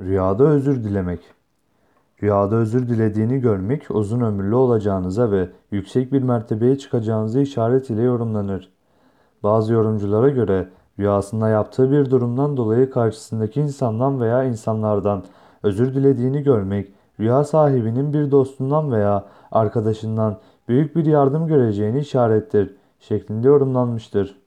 Rüyada özür dilemek. Rüyada özür dilediğini görmek uzun ömürlü olacağınıza ve yüksek bir mertebeye çıkacağınıza işaret ile yorumlanır. Bazı yorumculara göre rüyasında yaptığı bir durumdan dolayı karşısındaki insandan veya insanlardan özür dilediğini görmek, rüya sahibinin bir dostundan veya arkadaşından büyük bir yardım göreceğini işarettir şeklinde yorumlanmıştır.